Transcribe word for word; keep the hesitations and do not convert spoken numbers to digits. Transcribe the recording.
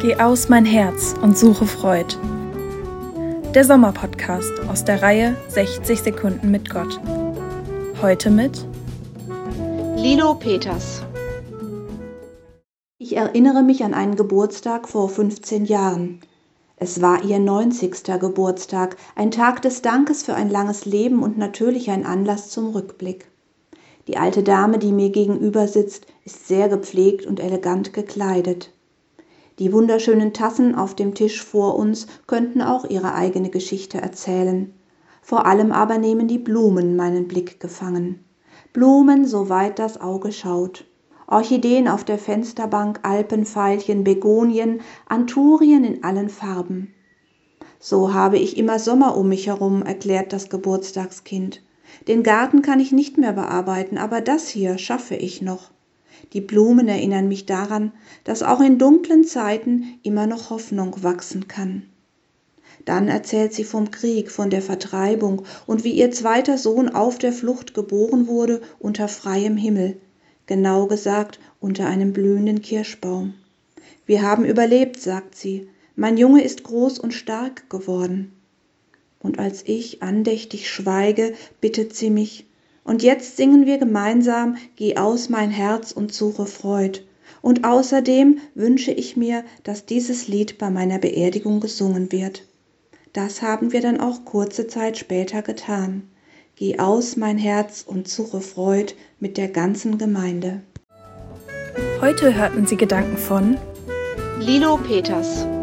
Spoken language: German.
Geh aus mein Herz und suche Freud. Der Sommerpodcast aus der Reihe sechzig Sekunden mit Gott. Heute mit Lilo Peters. Ich erinnere mich an einen Geburtstag vor fünfzehn Jahren. Es war ihr neunzigster Geburtstag, ein Tag des Dankes für ein langes Leben und natürlich ein Anlass zum Rückblick. Die alte Dame, die mir gegenüber sitzt, ist sehr gepflegt und elegant gekleidet. Die wunderschönen Tassen auf dem Tisch vor uns könnten auch ihre eigene Geschichte erzählen. Vor allem aber nehmen die Blumen meinen Blick gefangen. Blumen, soweit das Auge schaut. Orchideen auf der Fensterbank, Alpenveilchen, Begonien, Anthurien in allen Farben. So habe ich immer Sommer um mich herum, erklärt das Geburtstagskind. Den Garten kann ich nicht mehr bearbeiten, aber das hier schaffe ich noch. Die Blumen erinnern mich daran, dass auch in dunklen Zeiten immer noch Hoffnung wachsen kann. Dann erzählt sie vom Krieg, von der Vertreibung und wie ihr zweiter Sohn auf der Flucht geboren wurde unter freiem Himmel, genau gesagt unter einem blühenden Kirschbaum. Wir haben überlebt, sagt sie, mein Junge ist groß und stark geworden. Und als ich andächtig schweige, bittet sie mich, und jetzt singen wir gemeinsam, geh aus mein Herz und suche Freud. Und außerdem wünsche ich mir, dass dieses Lied bei meiner Beerdigung gesungen wird. Das haben wir dann auch kurze Zeit später getan. Geh aus mein Herz und suche Freud mit der ganzen Gemeinde. Heute hörten Sie Gedanken von Lilo Peters.